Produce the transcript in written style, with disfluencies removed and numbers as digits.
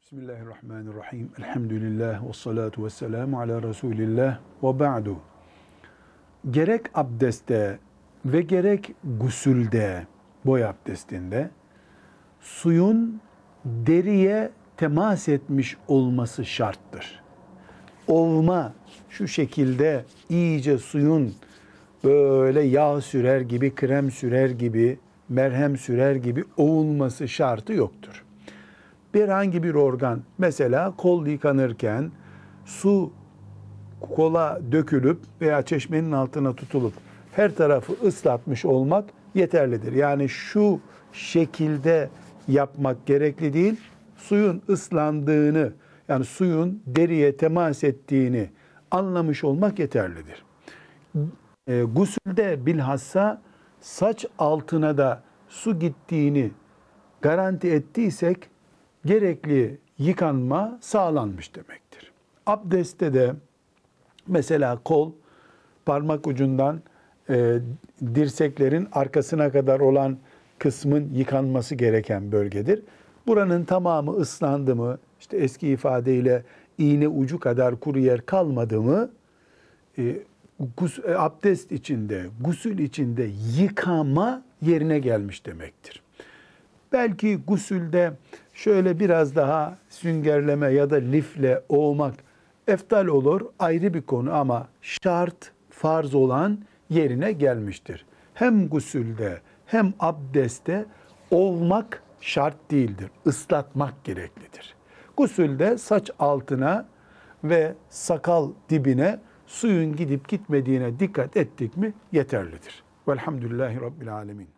Bismillahirrahmanirrahim. Elhamdülillah ve salatu ve selamu ala Resulillah ve ba'du. Gerek abdestte ve gerek gusülde, boy abdestinde suyun deriye temas etmiş olması şarttır. Ovma şu şekilde iyice suyun böyle yağ sürer gibi, krem sürer gibi, merhem sürer gibi ovulması şartı yoktur. Herhangi bir organ, mesela kol yıkanırken su kola dökülüp veya çeşmenin altına tutulup her tarafı ıslatmış olmak yeterlidir. Yani şu şekilde yapmak gerekli değil, suyun ıslandığını, yani suyun deriye temas ettiğini anlamış olmak yeterlidir. Gusülde bilhassa saç altına da su gittiğini garanti ettiysek gerekli yıkanma sağlanmış demektir. Abdestte de mesela kol parmak ucundan dirseklerin arkasına kadar olan kısmın yıkanması gereken bölgedir. Buranın tamamı ıslandı mı, işte eski ifadeyle iğne ucu kadar kuru yer kalmadı mı, abdest içinde, gusül içinde yıkama yerine gelmiş demektir. Belki gusülde şöyle biraz daha süngerleme ya da lifle ovmak eftal olur, ayrı bir konu, ama şart, farz olan yerine gelmiştir. Hem gusülde hem abdestte ovmak şart değildir, ıslatmak gereklidir. Gusülde saç altına ve sakal dibine suyun gidip gitmediğine dikkat ettik mi yeterlidir. Velhamdülillahi Rabbil Alemin.